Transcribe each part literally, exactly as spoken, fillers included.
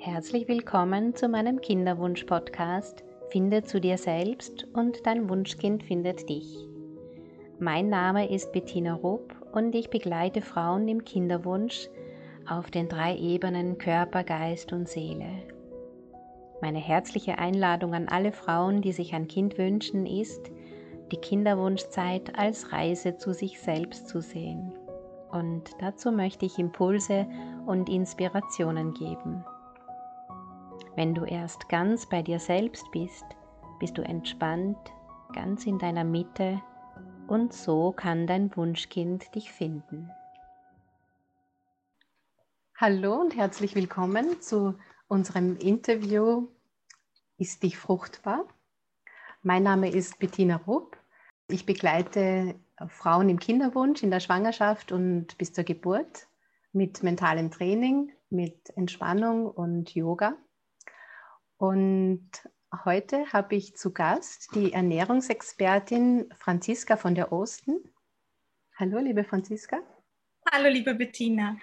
Herzlich willkommen zu meinem Kinderwunsch-Podcast Finde zu dir selbst und dein Wunschkind findet dich. Mein Name ist Bettina Rupp und ich begleite Frauen im Kinderwunsch auf den drei Ebenen Körper, Geist und Seele. Meine herzliche Einladung an alle Frauen, die sich ein Kind wünschen, ist, die Kinderwunschzeit als Reise zu sich selbst zu sehen. Und dazu möchte ich Impulse und Inspirationen geben. Wenn du erst ganz bei dir selbst bist, bist du entspannt, ganz in deiner Mitte und so kann dein Wunschkind dich finden. Hallo und herzlich willkommen zu unserem Interview Ist dich fruchtbar? Mein Name ist Bettina Rupp. Ich begleite Frauen im Kinderwunsch, in der Schwangerschaft und bis zur Geburt mit mentalem Training, mit Entspannung und Yoga. Und heute habe ich zu Gast die Ernährungsexpertin Franziska von der Osten. Hallo, liebe Franziska. Hallo, liebe Bettina.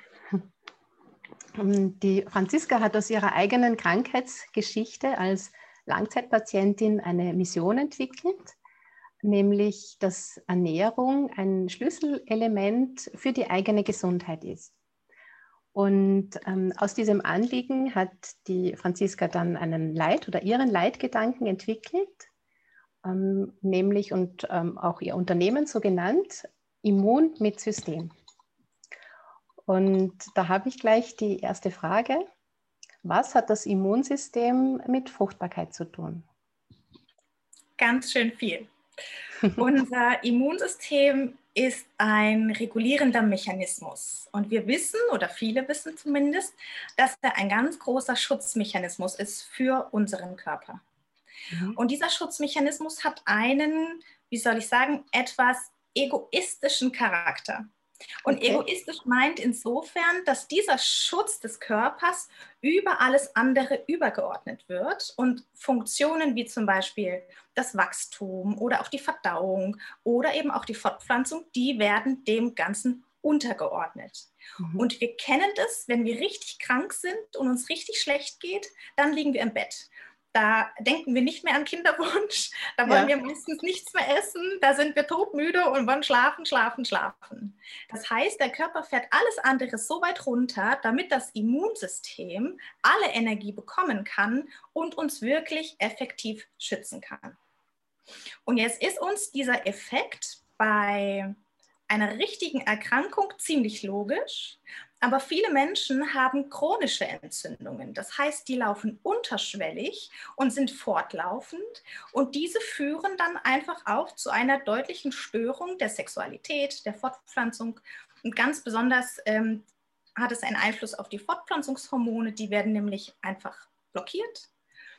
Die Franziska hat aus ihrer eigenen Krankheitsgeschichte als Langzeitpatientin eine Mission entwickelt, nämlich dass Ernährung ein Schlüsselelement für die eigene Gesundheit ist. Und ähm, aus diesem Anliegen hat die Franziska dann einen Leit- oder ihren Leitgedanken entwickelt, ähm, nämlich und ähm, auch ihr Unternehmen so genannt, Immun mit System. Und da habe ich gleich die erste Frage. Was hat das Immunsystem mit Fruchtbarkeit zu tun? Ganz schön viel. Unser Immunsystem ist ein regulierender Mechanismus. Und wir wissen, oder viele wissen zumindest, dass er ein ganz großer Schutzmechanismus ist für unseren Körper. Mhm. Und dieser Schutzmechanismus hat einen, wie soll ich sagen, etwas egoistischen Charakter. Und okay. Egoistisch meint insofern, dass dieser Schutz des Körpers über alles andere übergeordnet wird und Funktionen wie zum Beispiel das Wachstum oder auch die Verdauung oder eben auch die Fortpflanzung, die werden dem Ganzen untergeordnet. Mhm. Und wir kennen das, wenn wir richtig krank sind und uns richtig schlecht geht, dann liegen wir im Bett. Da denken wir nicht mehr an Kinderwunsch, da wollen ja. wir meistens nichts mehr essen, da sind wir todmüde und wollen schlafen, schlafen, schlafen. Das heißt, der Körper fährt alles andere so weit runter, damit das Immunsystem alle Energie bekommen kann und uns wirklich effektiv schützen kann. Und jetzt ist uns dieser Effekt bei einer richtigen Erkrankung ziemlich logisch. Aber viele Menschen haben chronische Entzündungen. Das heißt, die laufen unterschwellig und sind fortlaufend. Und diese führen dann einfach auch zu einer deutlichen Störung der Sexualität, der Fortpflanzung. Und ganz besonders ähm, hat es einen Einfluss auf die Fortpflanzungshormone. Die werden nämlich einfach blockiert.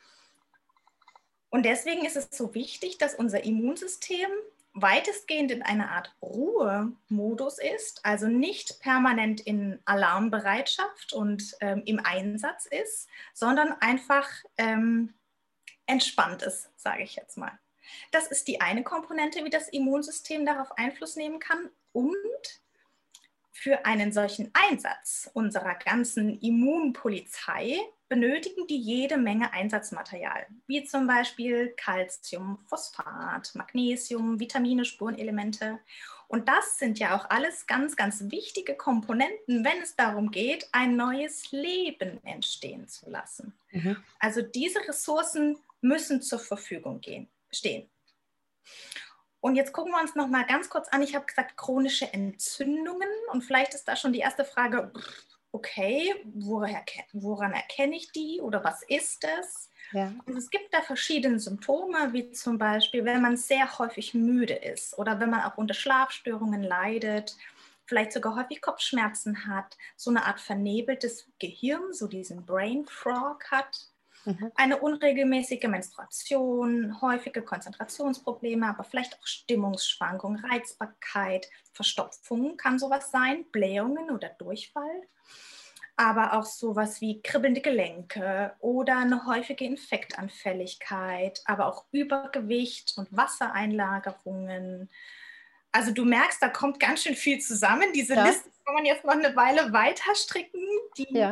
Und deswegen ist es so wichtig, dass unser Immunsystem weitestgehend in einer Art Ruhemodus ist, also nicht permanent in Alarmbereitschaft und ähm, im Einsatz ist, sondern einfach ähm, entspannt ist, sage ich jetzt mal. Das ist die eine Komponente, wie das Immunsystem darauf Einfluss nehmen kann. Und für einen solchen Einsatz unserer ganzen Immunpolizei benötigen die jede Menge Einsatzmaterial, wie zum Beispiel Calcium, Phosphat, Magnesium, Vitamine, Spurenelemente. Und das sind ja auch alles ganz, ganz wichtige Komponenten, wenn es darum geht, ein neues Leben entstehen zu lassen. Mhm. Also diese Ressourcen müssen zur Verfügung gehen, stehen. Und jetzt gucken wir uns noch mal ganz kurz an. Ich habe gesagt, chronische Entzündungen. Und vielleicht ist da schon die erste Frage, okay, woher, woran erkenne ich die oder was ist es? Ja. Also es gibt da verschiedene Symptome, wie zum Beispiel, wenn man sehr häufig müde ist oder wenn man auch unter Schlafstörungen leidet, vielleicht sogar häufig Kopfschmerzen hat, so eine Art vernebeltes Gehirn, so diesen Brain Fog hat. Mhm. Eine unregelmäßige Menstruation, häufige Konzentrationsprobleme, aber vielleicht auch Stimmungsschwankungen, Reizbarkeit, Verstopfung kann sowas sein, Blähungen oder Durchfall, aber auch sowas wie kribbelnde Gelenke oder eine häufige Infektanfälligkeit, aber auch Übergewicht und Wassereinlagerungen. Also du merkst, da kommt ganz schön viel zusammen. Diese ja. Liste kann man jetzt noch eine Weile weiter stricken, die ja.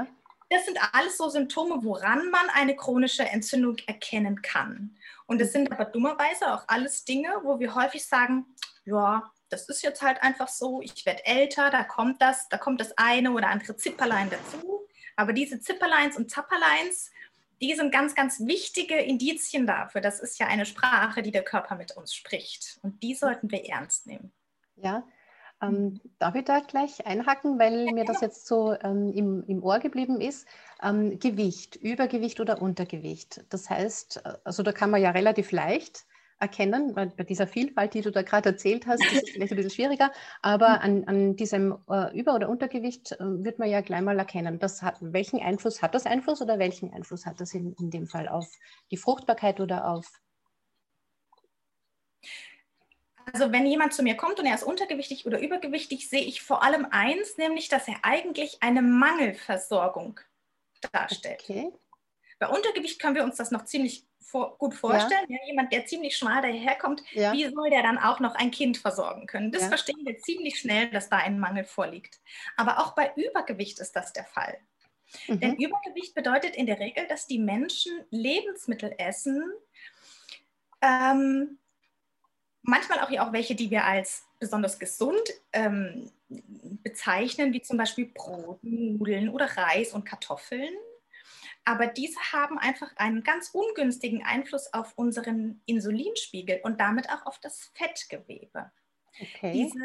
das sind alles so Symptome, woran man eine chronische Entzündung erkennen kann. Und das sind aber dummerweise auch alles Dinge, wo wir häufig sagen, ja, das ist jetzt halt einfach so, ich werde älter, da kommt das, da kommt das eine oder andere Zipperlein dazu. Aber diese Zipperleins und Zapperleins, die sind ganz, ganz wichtige Indizien dafür. Das ist ja eine Sprache, die der Körper mit uns spricht. Und die sollten wir ernst nehmen. Ja, ähm, darf ich da gleich einhaken, weil mir das jetzt so ähm, im, im Ohr geblieben ist. Ähm, Gewicht, Übergewicht oder Untergewicht. Das heißt, also da kann man ja relativ leicht erkennen, weil bei dieser Vielfalt, die du da gerade erzählt hast, ist es vielleicht ein bisschen schwieriger, aber an, an diesem äh, Über- oder Untergewicht äh, wird man ja gleich mal erkennen. Das hat, welchen Einfluss hat das Einfluss oder welchen Einfluss hat das in, in dem Fall auf die Fruchtbarkeit oder auf... Also wenn jemand zu mir kommt und er ist untergewichtig oder übergewichtig, sehe ich vor allem eins, nämlich, dass er eigentlich eine Mangelversorgung darstellt. Okay. Bei Untergewicht können wir uns das noch ziemlich vor, gut vorstellen. Ja. Ja, jemand, der ziemlich schmal daherkommt, ja. Wie soll der dann auch noch ein Kind versorgen können? Das ja. verstehen wir ziemlich schnell, dass da ein Mangel vorliegt. Aber auch bei Übergewicht ist das der Fall. Mhm. Denn Übergewicht bedeutet in der Regel, dass die Menschen Lebensmittel essen, ähm, manchmal auch, auch welche, die wir als besonders gesund ähm, bezeichnen, wie zum Beispiel Brot, Nudeln oder Reis und Kartoffeln. Aber diese haben einfach einen ganz ungünstigen Einfluss auf unseren Insulinspiegel und damit auch auf das Fettgewebe. Okay. Diese,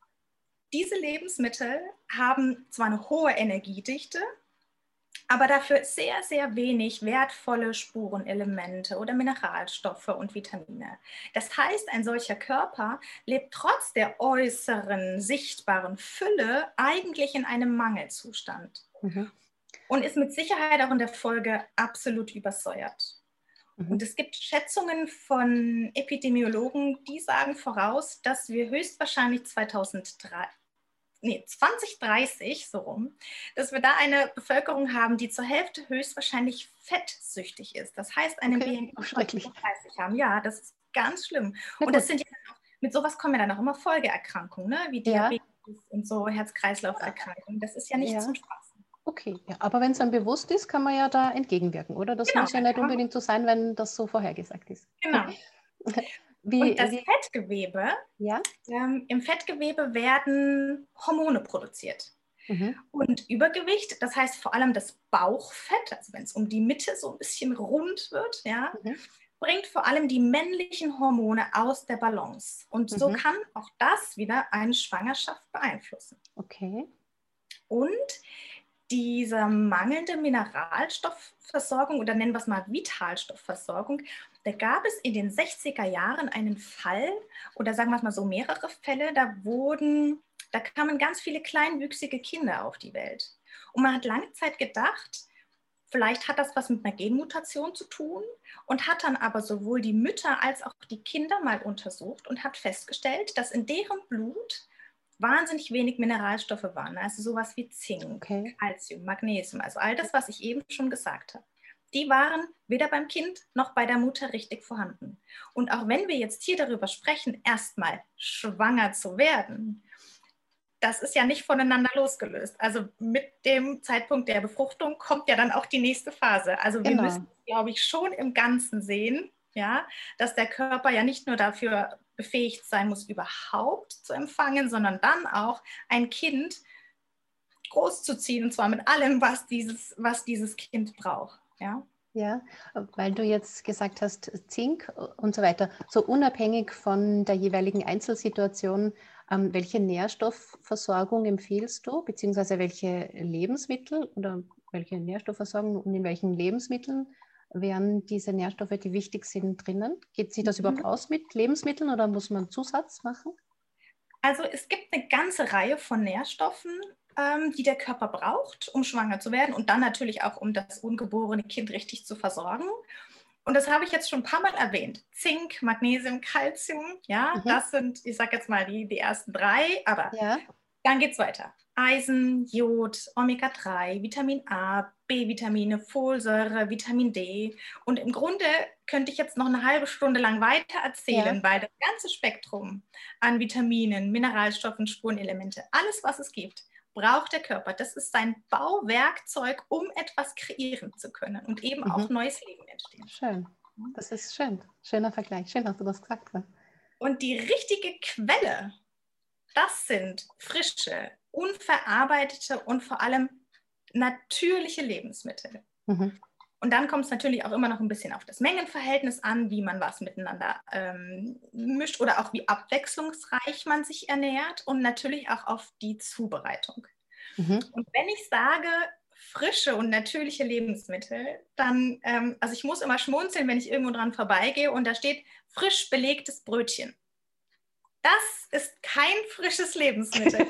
diese Lebensmittel haben zwar eine hohe Energiedichte, aber dafür sehr, sehr wenig wertvolle Spurenelemente oder Mineralstoffe und Vitamine. Das heißt, ein solcher Körper lebt trotz der äußeren, sichtbaren Fülle eigentlich in einem Mangelzustand. Mhm. Und ist mit Sicherheit auch in der Folge absolut übersäuert. Mhm. Und es gibt Schätzungen von Epidemiologen, die sagen voraus, dass wir höchstwahrscheinlich zweitausenddrei, nee, zwanzig dreißig, so rum, dass wir da eine Bevölkerung haben, die zur Hälfte höchstwahrscheinlich fettsüchtig ist. Das heißt, einen okay. B M I von dreißig haben. Ja, das ist ganz schlimm. Ja, und das sind ja auch, mit sowas kommen ja dann auch immer Folgeerkrankungen, ne? Wie Diabetes ja. und so Herz-Kreislauf-Erkrankungen. Das ist ja nicht ja. zum Spaß. Okay, ja, aber wenn es dann bewusst ist, kann man ja da entgegenwirken, oder? Das genau, muss ja nicht unbedingt so sein, wenn das so vorhergesagt ist. Genau. Wie, und das wie, Fettgewebe, ja? ähm, im Fettgewebe werden Hormone produziert. Mhm. Und Übergewicht, das heißt vor allem das Bauchfett, also wenn es um die Mitte so ein bisschen rund wird, ja, mhm. bringt vor allem die männlichen Hormone aus der Balance. Und mhm. so kann auch das wieder eine Schwangerschaft beeinflussen. Okay. Und diese mangelnde Mineralstoffversorgung oder nennen wir es mal Vitalstoffversorgung, da gab es in den sechziger Jahren einen Fall oder sagen wir es mal so mehrere Fälle, da wurden, da kamen ganz viele kleinwüchsige Kinder auf die Welt. Und man hat lange Zeit gedacht, vielleicht hat das was mit einer Genmutation zu tun und hat dann aber sowohl die Mütter als auch die Kinder mal untersucht und hat festgestellt, dass in deren Blut wahnsinnig wenig Mineralstoffe waren, also sowas wie Zink, okay. Calcium, Magnesium, also all das, was ich eben schon gesagt habe. Die waren weder beim Kind noch bei der Mutter richtig vorhanden. Und auch wenn wir jetzt hier darüber sprechen, erstmal schwanger zu werden, das ist ja nicht voneinander losgelöst. Also mit dem Zeitpunkt der Befruchtung kommt ja dann auch die nächste Phase. Also wir genau. müssen, glaube ich, schon im Ganzen sehen, ja, dass der Körper ja nicht nur dafür befähigt sein muss, überhaupt zu empfangen, sondern dann auch ein Kind großzuziehen, und zwar mit allem, was dieses, was dieses Kind braucht. Ja? Ja, weil du jetzt gesagt hast, Zink und so weiter, so unabhängig von der jeweiligen Einzelsituation, ähm, welche Nährstoffversorgung empfiehlst du, beziehungsweise welche Lebensmittel oder welche Nährstoffversorgung und in welchen Lebensmitteln wären diese Nährstoffe, die wichtig sind, drinnen? Geht sich das mhm. überhaupt aus mit Lebensmitteln oder muss man Zusatz machen? Also es gibt eine ganze Reihe von Nährstoffen, ähm, die der Körper braucht, um schwanger zu werden und dann natürlich auch, um das ungeborene Kind richtig zu versorgen. Und das habe ich jetzt schon ein paar Mal erwähnt. Zink, Magnesium, Calcium, ja, mhm. das sind, ich sage jetzt mal, die, die ersten drei, aber ja. dann geht es weiter. Eisen, Jod, Omega drei, Vitamin A, B-Vitamine, Folsäure, Vitamin D. Und im Grunde könnte ich jetzt noch eine halbe Stunde lang weiter erzählen, ja. weil das ganze Spektrum an Vitaminen, Mineralstoffen, Spurenelemente, alles, was es gibt, braucht der Körper. Das ist sein Bauwerkzeug, um etwas kreieren zu können und eben Mhm. auch neues Leben entstehen. Schön. Das ist schön. Schöner Vergleich. Schön, dass du das gesagt hast. Und die richtige Quelle, das sind frische, unverarbeitete und vor allem natürliche Lebensmittel. Mhm. Und dann kommt es natürlich auch immer noch ein bisschen auf das Mengenverhältnis an, wie man was miteinander ähm, mischt oder auch wie abwechslungsreich man sich ernährt und natürlich auch auf die Zubereitung. Mhm. Und wenn ich sage frische und natürliche Lebensmittel, dann, ähm, also ich muss immer schmunzeln, wenn ich irgendwo dran vorbeigehe und da steht frisch belegtes Brötchen. Das ist kein frisches Lebensmittel.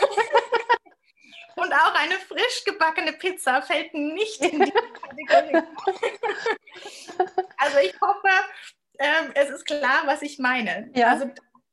Und auch eine frisch gebackene Pizza fällt nicht in die Kategorie. Also ich hoffe, ähm, es ist klar, was ich meine. Ja. Also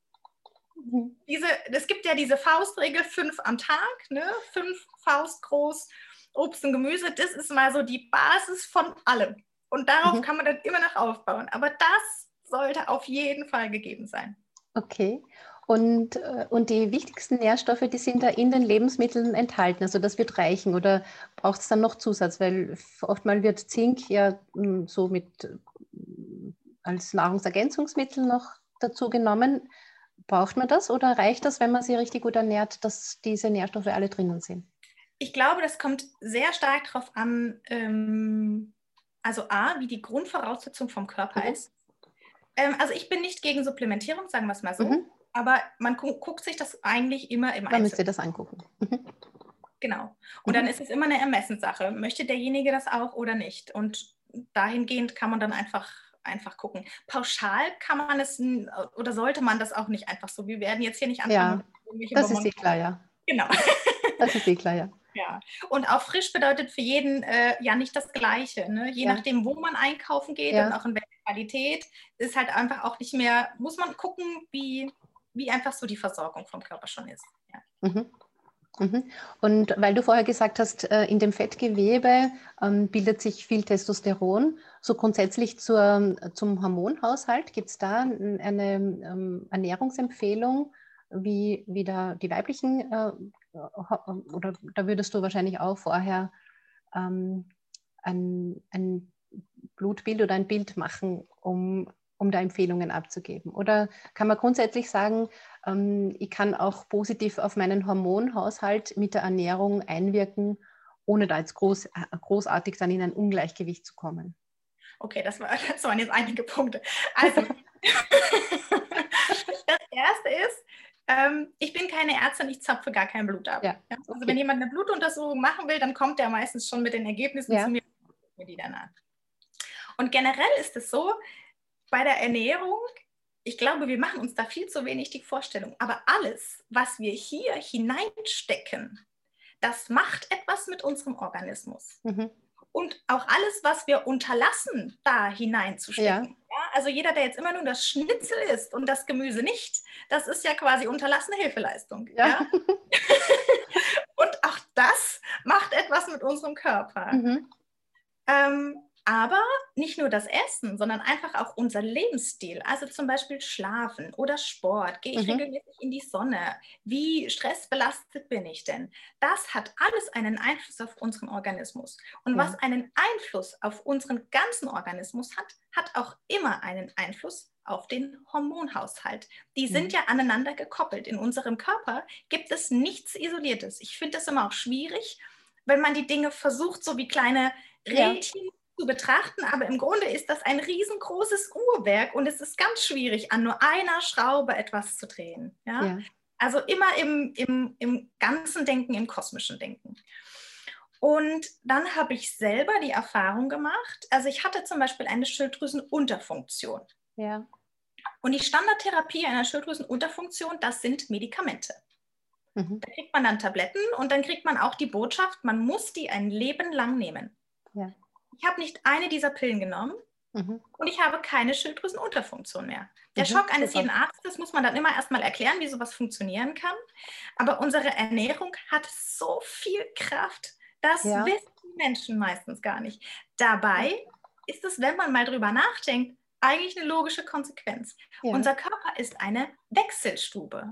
diese, es gibt ja diese Faustregel, fünf am Tag, ne? Fünf faustgroß Obst und Gemüse. Das ist mal so die Basis von allem. Und darauf Mhm. kann man dann immer noch aufbauen. Aber das sollte auf jeden Fall gegeben sein. Okay. Und, äh, und die wichtigsten Nährstoffe, die sind da in den Lebensmitteln enthalten. Also das wird reichen oder braucht es dann noch Zusatz? Weil oftmals wird Zink ja mh, so mit äh, als Nahrungsergänzungsmittel noch dazu genommen. Braucht man das oder reicht das, wenn man sich richtig gut ernährt, dass diese Nährstoffe alle drinnen sind? Ich glaube, das kommt sehr stark darauf an, ähm, also A, wie die Grundvoraussetzung vom Körper Mhm. ist. Ähm, also ich bin nicht gegen Supplementierung, sagen wir es mal so, Mhm. aber man gu guckt sich das eigentlich immer im Man müsste Einzelnen. das angucken. Mhm. Genau. Und Mhm. dann ist es immer eine Ermessenssache. Möchte derjenige das auch oder nicht? Und dahingehend kann man dann einfach, einfach gucken. Pauschal kann man es n- oder sollte man das auch nicht einfach so. Wir werden jetzt hier nicht anfangen. Ja, irgendwelche das ist Bonbons- eh klar, ja. Genau. Das ist eh klar, ja. Ja. Und auch frisch bedeutet für jeden äh, ja nicht das Gleiche. Ne? Je Ja. nachdem, wo man einkaufen geht Ja. und auch in welcher Qualität, ist halt einfach auch nicht mehr, muss man gucken, wie, wie einfach so die Versorgung vom Körper schon ist. Ja. Mhm. Mhm. Und weil du vorher gesagt hast, äh, in dem Fettgewebe ähm, bildet sich viel Testosteron. So grundsätzlich zur, zum Hormonhaushalt, gibt es da n- eine ähm, Ernährungsempfehlung, wie, wie da die weiblichen, äh, ho- oder da würdest du wahrscheinlich auch vorher ähm, ein, ein Blutbild oder ein Bild machen, um, um da Empfehlungen abzugeben? Oder kann man grundsätzlich sagen, ähm, ich kann auch positiv auf meinen Hormonhaushalt mit der Ernährung einwirken, ohne da jetzt groß, großartig dann in ein Ungleichgewicht zu kommen? Okay, das, war, das waren jetzt einige Punkte. Also, das erste ist, ähm, ich bin keine Ärztin, ich zapfe gar kein Blut ab. Ja, Ja? Also okay. wenn jemand eine Blutuntersuchung machen will, dann kommt der meistens schon mit den Ergebnissen Ja. zu mir, mir die dann an. Und generell ist es so, bei der Ernährung, ich glaube, wir machen uns da viel zu wenig die Vorstellung, aber alles, was wir hier hineinstecken, das macht etwas mit unserem Organismus. Mhm. Und auch alles, was wir unterlassen, da hineinzustecken. Ja. Ja, also jeder, der jetzt immer nur das Schnitzel isst und das Gemüse nicht, das ist ja quasi unterlassene Hilfeleistung. Ja. Ja? Und auch das macht etwas mit unserem Körper. Mhm. Ähm, aber nicht nur das Essen, sondern einfach auch unser Lebensstil. Also zum Beispiel Schlafen oder Sport. Gehe ich Mhm. regelmäßig in die Sonne? Wie stressbelastet bin ich denn? Das hat alles einen Einfluss auf unseren Organismus. Und Ja. was einen Einfluss auf unseren ganzen Organismus hat, hat auch immer einen Einfluss auf den Hormonhaushalt. Die sind Mhm. ja aneinander gekoppelt. In unserem Körper gibt es nichts Isoliertes. Ich finde das immer auch schwierig, wenn man die Dinge versucht, so wie kleine Ja. Rädchen zu betrachten, aber im Grunde ist das ein riesengroßes Uhrwerk und es ist ganz schwierig, an nur einer Schraube etwas zu drehen. Ja? Ja. Also immer im, im, im ganzen Denken, im kosmischen Denken. Und dann habe ich selber die Erfahrung gemacht, also ich hatte zum Beispiel eine Schilddrüsenunterfunktion. Ja. Und die Standardtherapie einer Schilddrüsenunterfunktion, das sind Medikamente. Mhm. Da kriegt man dann Tabletten und dann kriegt man auch die Botschaft, man muss die ein Leben lang nehmen. Ja. Ich habe nicht eine dieser Pillen genommen Mhm. und ich habe keine Schilddrüsenunterfunktion mehr. Der Mhm. Schock eines Super. jeden Arztes muss man dann immer erstmal erklären, wie sowas funktionieren kann. Aber unsere Ernährung hat so viel Kraft, das Ja. wissen die Menschen meistens gar nicht. Dabei ist es, wenn man mal drüber nachdenkt, eigentlich eine logische Konsequenz. Ja. Unser Körper ist eine Wechselstube.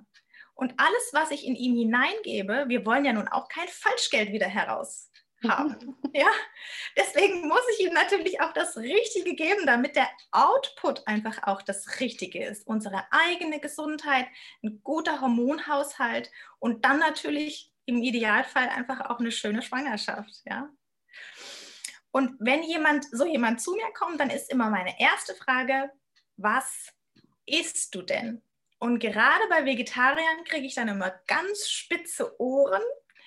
Und alles, was ich in ihn hineingebe, wir wollen ja nun auch kein Falschgeld wieder heraus haben. Ja? Deswegen muss ich ihm natürlich auch das Richtige geben, damit der Output einfach auch das Richtige ist. Unsere eigene Gesundheit, ein guter Hormonhaushalt und dann natürlich im Idealfall einfach auch eine schöne Schwangerschaft. Ja? Und wenn jemand, so jemand zu mir kommt, dann ist immer meine erste Frage, was isst du denn? Und gerade bei Vegetariern kriege ich dann immer ganz spitze Ohren,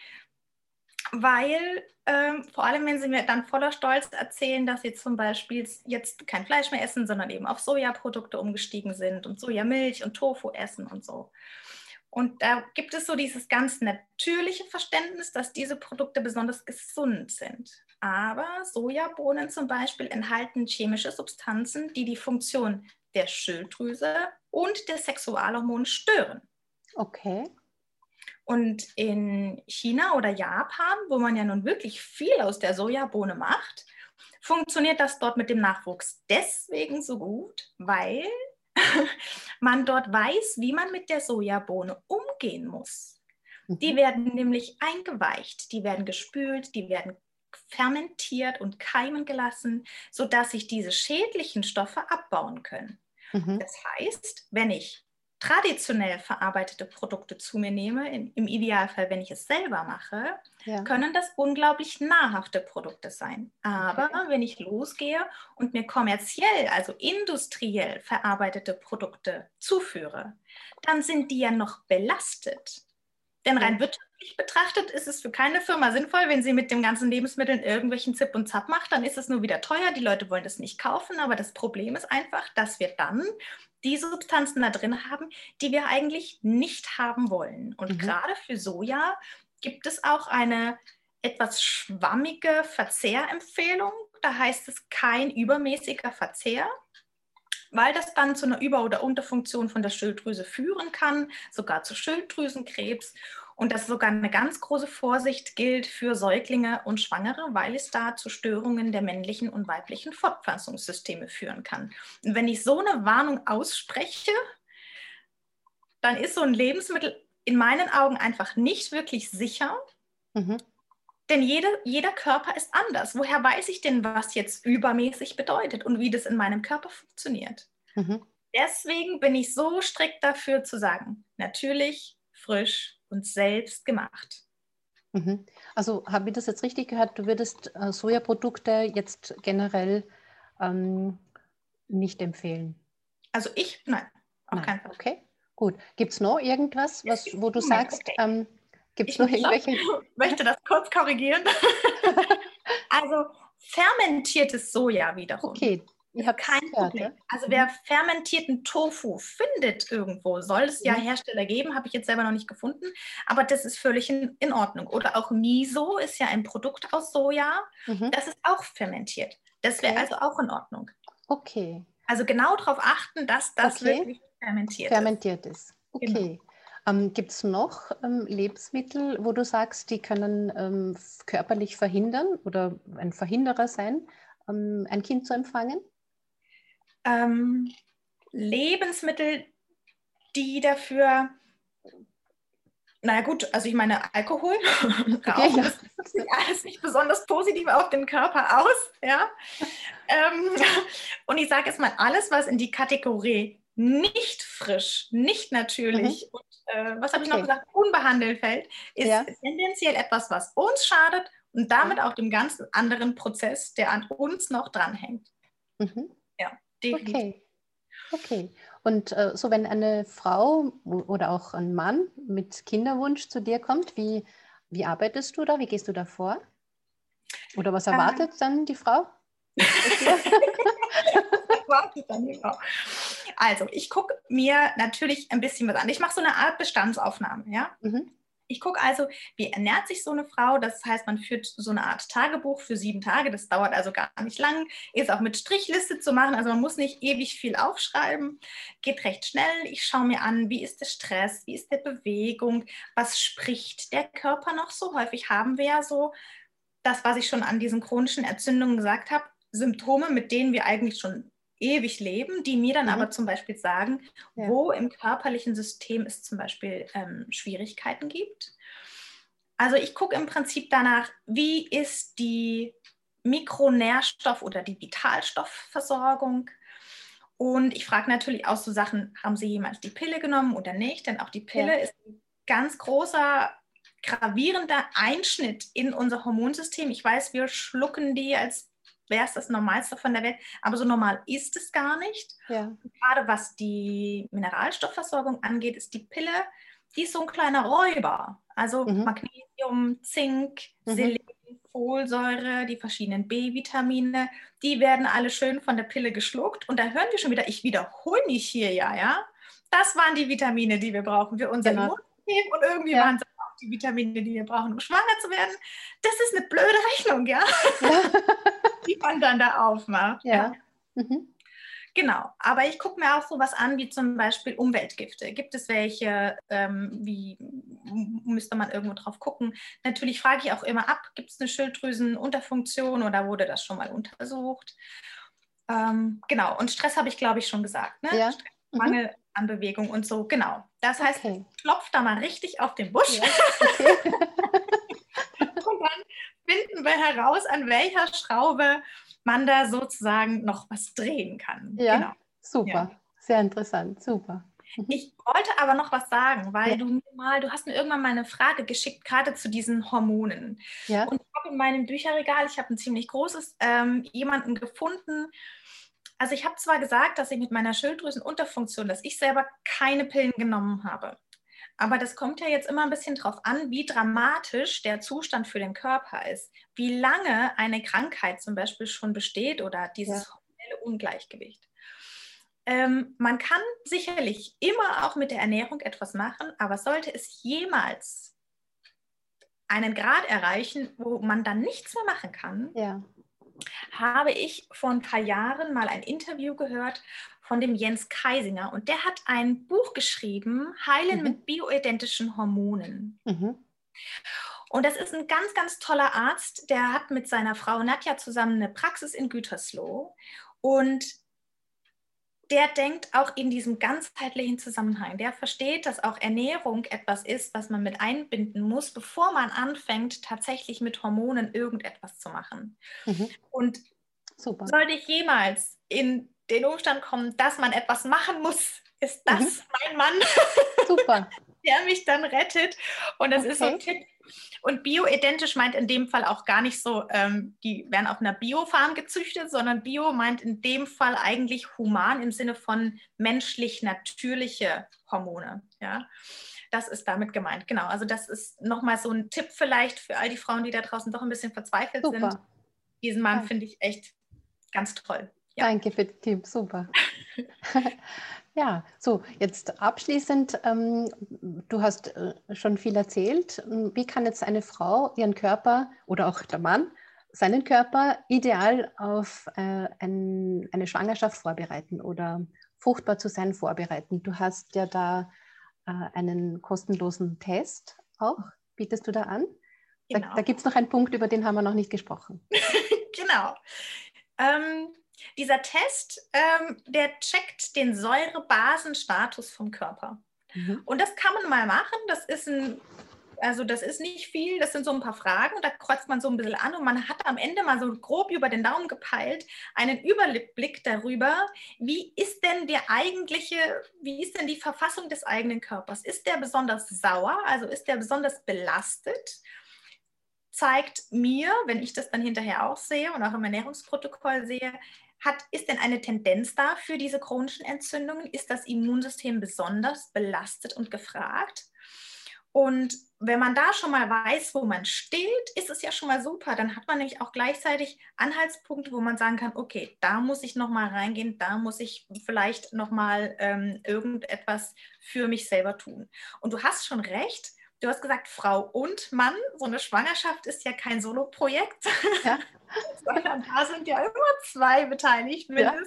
weil ähm, vor allem, wenn sie mir dann voller Stolz erzählen, dass sie zum Beispiel jetzt kein Fleisch mehr essen, sondern eben auf Sojaprodukte umgestiegen sind und Sojamilch und Tofu essen und so. Und da gibt es so dieses ganz natürliche Verständnis, dass diese Produkte besonders gesund sind. Aber Sojabohnen zum Beispiel enthalten chemische Substanzen, die die Funktion der Schilddrüse und der Sexualhormone stören. Okay. Und in China oder Japan, wo man ja nun wirklich viel aus der Sojabohne macht, funktioniert das dort mit dem Nachwuchs deswegen so gut, weil man dort weiß, wie man mit der Sojabohne umgehen muss. Mhm. Die werden nämlich eingeweicht, die werden gespült, die werden fermentiert und keimen gelassen, sodass sich diese schädlichen Stoffe abbauen können. Mhm. Das heißt, wenn ich traditionell verarbeitete Produkte zu mir nehme, in, im Idealfall, wenn ich es selber mache, ja. können das unglaublich nahrhafte Produkte sein. Aber okay. wenn ich losgehe und mir kommerziell, also industriell verarbeitete Produkte zuführe, dann sind die ja noch belastet. Denn rein ja. wirtschaftlich betrachtet ist es für keine Firma sinnvoll, wenn sie mit den ganzen Lebensmitteln irgendwelchen Zip und Zap macht, dann ist es nur wieder teuer, die Leute wollen das nicht kaufen, aber das Problem ist einfach, dass wir dann die Substanzen da drin haben, die wir eigentlich nicht haben wollen. Und mhm. gerade für Soja gibt es auch eine etwas schwammige Verzehrempfehlung. Da heißt es kein übermäßiger Verzehr, weil das dann zu einer Über- oder Unterfunktion von der Schilddrüse führen kann, sogar zu Schilddrüsenkrebs. Und dass sogar eine ganz große Vorsicht gilt für Säuglinge und Schwangere, weil es da zu Störungen der männlichen und weiblichen Fortpflanzungssysteme führen kann. Und wenn ich so eine Warnung ausspreche, dann ist so ein Lebensmittel in meinen Augen einfach nicht wirklich sicher. Mhm. Denn jede, jeder Körper ist anders. Woher weiß ich denn, was jetzt übermäßig bedeutet und wie das in meinem Körper funktioniert? Mhm. Deswegen bin ich so strikt dafür zu sagen, natürlich, frisch und selbst gemacht. Mhm. Also habe ich das jetzt richtig gehört, du würdest äh, Sojaprodukte jetzt generell ähm, nicht empfehlen? Also ich, nein, auf nein. keinen Fall. Okay, gut. Gibt es noch irgendwas, was, wo du Moment, sagst, okay. ähm, gibt es Ich noch irgendwelche? Ich möchte das kurz korrigieren. Also fermentiertes Soja wiederum. Okay. Ich habe kein gehört, Problem. Ja? Also wer fermentierten Tofu findet irgendwo, soll es ja Mhm. Hersteller geben, habe ich jetzt selber noch nicht gefunden, aber das ist völlig in, in Ordnung. Oder auch Miso ist ja ein Produkt aus Soja, mhm. das ist auch fermentiert. Das wäre okay. also auch in Ordnung. Okay. Also genau darauf achten, dass das okay. wirklich fermentiert, fermentiert ist. ist. Okay. Genau. Ähm, gibt es noch ähm, Lebensmittel, wo du sagst, die können ähm, körperlich verhindern oder ein Verhinderer sein, ähm, ein Kind zu empfangen? Ähm, Lebensmittel, die dafür, naja gut, also ich meine Alkohol, okay, Rauchen, ja. das sieht alles nicht besonders positiv auf den Körper aus. Ja? ähm, und ich sage jetzt mal, alles, was in die Kategorie nicht frisch, nicht natürlich mhm. und äh, was habe okay. ich noch gesagt, unbehandelt fällt, ist ja. tendenziell etwas, was uns schadet und damit ja. auch dem ganzen anderen Prozess, der an uns noch dranhängt. Mhm. Ja, definitiv. Okay. Okay. Und äh, so, wenn eine Frau oder auch ein Mann mit Kinderwunsch zu dir kommt, wie, wie arbeitest du da? Wie gehst du da vor? Oder was erwartet ähm. dann die Frau? erwartet dann die Frau? Also, ich gucke mir natürlich ein bisschen was an. Ich mache so eine Art Bestandsaufnahme, ja. Mhm. Ich gucke also, wie ernährt sich so eine Frau, das heißt, man führt so eine Art Tagebuch für sieben Tage, das dauert also gar nicht lang, ist auch mit Strichliste zu machen, also man muss nicht ewig viel aufschreiben, geht recht schnell. Ich schaue mir an, wie ist der Stress, wie ist der Bewegung, was spricht der Körper noch so? Häufig haben wir ja so das, was ich schon an diesen chronischen Entzündungen gesagt habe, Symptome, mit denen wir eigentlich schon ewig leben, die mir dann mhm. aber zum Beispiel sagen, ja. wo im körperlichen System es zum Beispiel ähm, Schwierigkeiten gibt. Also ich gucke im Prinzip danach, wie ist die Mikronährstoff- oder die Vitalstoffversorgung. Und ich frage natürlich auch so Sachen, haben Sie jemals die Pille genommen oder nicht? Denn auch die Pille ja. ist ein ganz großer, gravierender Einschnitt in unser Hormonsystem. Ich weiß, wir schlucken die, als wäre es das Normalste von der Welt, aber so normal ist es gar nicht. Ja. Gerade was die Mineralstoffversorgung angeht, ist die Pille, die ist so ein kleiner Räuber. Also mhm. Magnesium, Zink, mhm. Selen, Folsäure, die verschiedenen B-Vitamine, die werden alle schön von der Pille geschluckt. Und da hören wir schon wieder, ich wiederhole mich hier ja, ja. Das waren die Vitamine, die wir brauchen für unser genau. Immunsystem. Und irgendwie ja. waren es auch die Vitamine, die wir brauchen, um schwanger zu werden. Das ist eine blöde Rechnung, ja, ja. die man dann da aufmacht. Ja. ja. Mhm. Genau, aber ich gucke mir auch sowas an, wie zum Beispiel Umweltgifte. Gibt es welche, ähm, wie müsste man irgendwo drauf gucken? Natürlich frage ich auch immer ab, gibt es eine Schilddrüsenunterfunktion oder wurde das schon mal untersucht? Ähm, genau, und Stress habe ich, glaube ich, schon gesagt. Ne? Ja. Stress, Mangel mhm. an Bewegung und so, genau. Das heißt, okay. klopf da mal richtig auf den Busch. Ja. Okay. Und dann finden wir heraus, an welcher Schraube man da sozusagen noch was drehen kann. Ja, genau. super. Ja. Sehr interessant, super. Mhm. Ich wollte aber noch was sagen, weil ja. du mir mal, du hast mir irgendwann mal eine Frage geschickt, gerade zu diesen Hormonen. Ja. Und ich habe in meinem Bücherregal, ich habe ein ziemlich großes, ähm, jemanden gefunden. Also ich habe zwar gesagt, dass ich mit meiner Schilddrüsenunterfunktion, dass ich selber keine Pillen genommen habe. Aber das kommt ja jetzt immer ein bisschen drauf an, wie dramatisch der Zustand für den Körper ist. Wie lange eine Krankheit zum Beispiel schon besteht oder dieses ja. hormonelle Ungleichgewicht. Ähm, man kann sicherlich immer auch mit der Ernährung etwas machen, aber sollte es jemals einen Grad erreichen, wo man dann nichts mehr machen kann, ja. habe ich vor ein paar Jahren mal ein Interview gehört von dem Jens Kaisinger und der hat ein Buch geschrieben, Heilen mhm. mit bioidentischen Hormonen. Mhm. Und das ist ein ganz, ganz toller Arzt, der hat mit seiner Frau Nadja zusammen eine Praxis in Gütersloh und der denkt auch in diesem ganzheitlichen Zusammenhang. Der versteht, dass auch Ernährung etwas ist, was man mit einbinden muss, bevor man anfängt, tatsächlich mit Hormonen irgendetwas zu machen. Mhm. Und super. Sollte ich jemals in den Umstand kommen, dass man etwas machen muss, ist das mhm. mein Mann, super. der mich dann rettet. Und das okay. ist so ein Tipp. Und bioidentisch meint in dem Fall auch gar nicht so, ähm, die werden auf einer Biofarm gezüchtet, sondern Bio meint in dem Fall eigentlich human im Sinne von menschlich-natürliche Hormone. Ja? Das ist damit gemeint. Genau, also das ist nochmal so ein Tipp vielleicht für all die Frauen, die da draußen doch ein bisschen verzweifelt super. sind. Diesen Mann ja. finde ich echt ganz toll. Ja. Danke für den Tipp, super. Ja, so, jetzt abschließend, ähm, du hast äh, schon viel erzählt. Wie kann jetzt eine Frau ihren Körper oder auch der Mann seinen Körper ideal auf äh, ein, eine Schwangerschaft vorbereiten oder fruchtbar zu sein vorbereiten? Du hast ja da äh, einen kostenlosen Test auch, bietest du da an? Genau. Da, da gibt es noch einen Punkt, über den haben wir noch nicht gesprochen. Genau. Ähm, dieser Test, ähm, der checkt den Säurebasenstatus vom Körper. Mhm. Und das kann man mal machen. Das ist ein, also das ist nicht viel, das sind so ein paar Fragen und da kreuzt man so ein bisschen an und man hat am Ende mal so grob über den Daumen gepeilt einen Überblick darüber, wie ist denn der eigentliche, wie ist denn die Verfassung des eigenen Körpers? Ist der besonders sauer, also ist der besonders belastet? Zeigt mir, wenn ich das dann hinterher auch sehe und auch im Ernährungsprotokoll sehe, hat, ist denn eine Tendenz da für diese chronischen Entzündungen? Ist das Immunsystem besonders belastet und gefragt? Und wenn man da schon mal weiß, wo man steht, ist es ja schon mal super. Dann hat man nämlich auch gleichzeitig Anhaltspunkte, wo man sagen kann, okay, da muss ich nochmal reingehen, da muss ich vielleicht nochmal ähm, irgendetwas für mich selber tun. Und du hast schon recht, du hast gesagt, Frau und Mann, so eine Schwangerschaft ist ja kein Solo-Projekt, ja. sondern da sind ja immer zwei beteiligt, mindestens. Ja.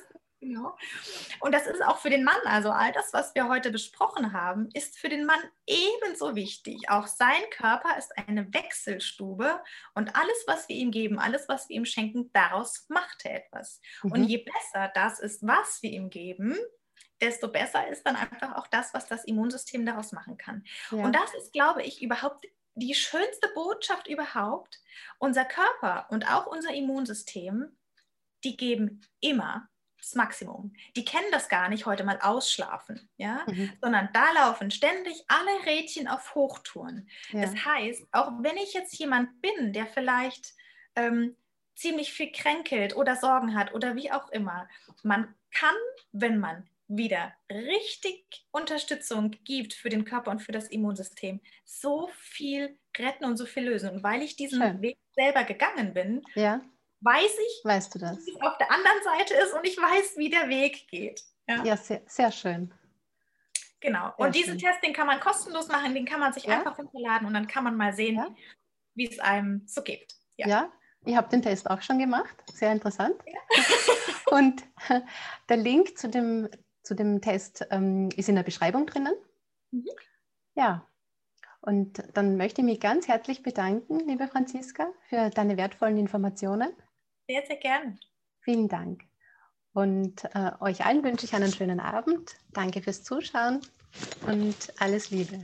Ja. Und das ist auch für den Mann, also all das, was wir heute besprochen haben, ist für den Mann ebenso wichtig. Auch sein Körper ist eine Wechselstube und alles, was wir ihm geben, alles, was wir ihm schenken, daraus macht er etwas. Mhm. Und je besser das ist, was wir ihm geben, desto besser ist dann einfach auch das, was das Immunsystem daraus machen kann. Ja. Und das ist, glaube ich, überhaupt die schönste Botschaft überhaupt. Unser Körper und auch unser Immunsystem, die geben immer das Maximum. Die kennen das gar nicht, heute mal ausschlafen, ja? Mhm. Sondern da laufen ständig alle Rädchen auf Hochtouren. Ja. Das heißt, auch wenn ich jetzt jemand bin, der vielleicht ähm, ziemlich viel kränkelt oder Sorgen hat oder wie auch immer, man kann, wenn man wieder richtig Unterstützung gibt für den Körper und für das Immunsystem, so viel retten und so viel lösen. Und weil ich diesen Schön. Weg selber gegangen bin, ja. weiß ich, weißt du das? wie es auf der anderen Seite ist und ich weiß, wie der Weg geht. Ja, ja sehr, sehr schön. Genau. Sehr und diesen Test, den kann man kostenlos machen, den kann man sich ja? einfach runterladen und dann kann man mal sehen, ja? wie es einem so geht. Ja, ja, ich habe den Test auch schon gemacht. Sehr interessant. Ja. Und der Link zu dem zu dem Test ähm, ist in der Beschreibung drinnen. Mhm. Ja, und dann möchte ich mich ganz herzlich bedanken, liebe Franziska, für deine wertvollen Informationen. Sehr, sehr gerne. Vielen Dank. Und äh, euch allen wünsche ich einen schönen Abend. Danke fürs Zuschauen und alles Liebe.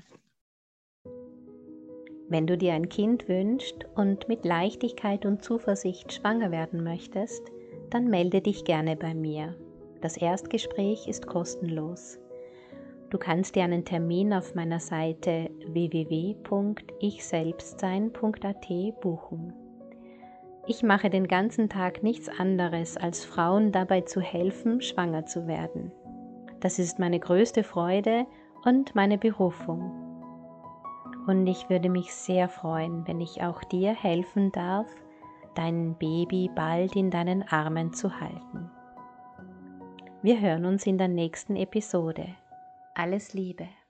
Wenn du dir ein Kind wünschst und mit Leichtigkeit und Zuversicht schwanger werden möchtest, dann melde dich gerne bei mir. Das Erstgespräch ist kostenlos. Du kannst dir einen Termin auf meiner Seite w w w punkt ich selbstsein punkt a t buchen. Ich mache den ganzen Tag nichts anderes, als Frauen dabei zu helfen, schwanger zu werden. Das ist meine größte Freude und meine Berufung. Und ich würde mich sehr freuen, wenn ich auch dir helfen darf, dein Baby bald in deinen Armen zu halten. Wir hören uns in der nächsten Episode. Alles Liebe.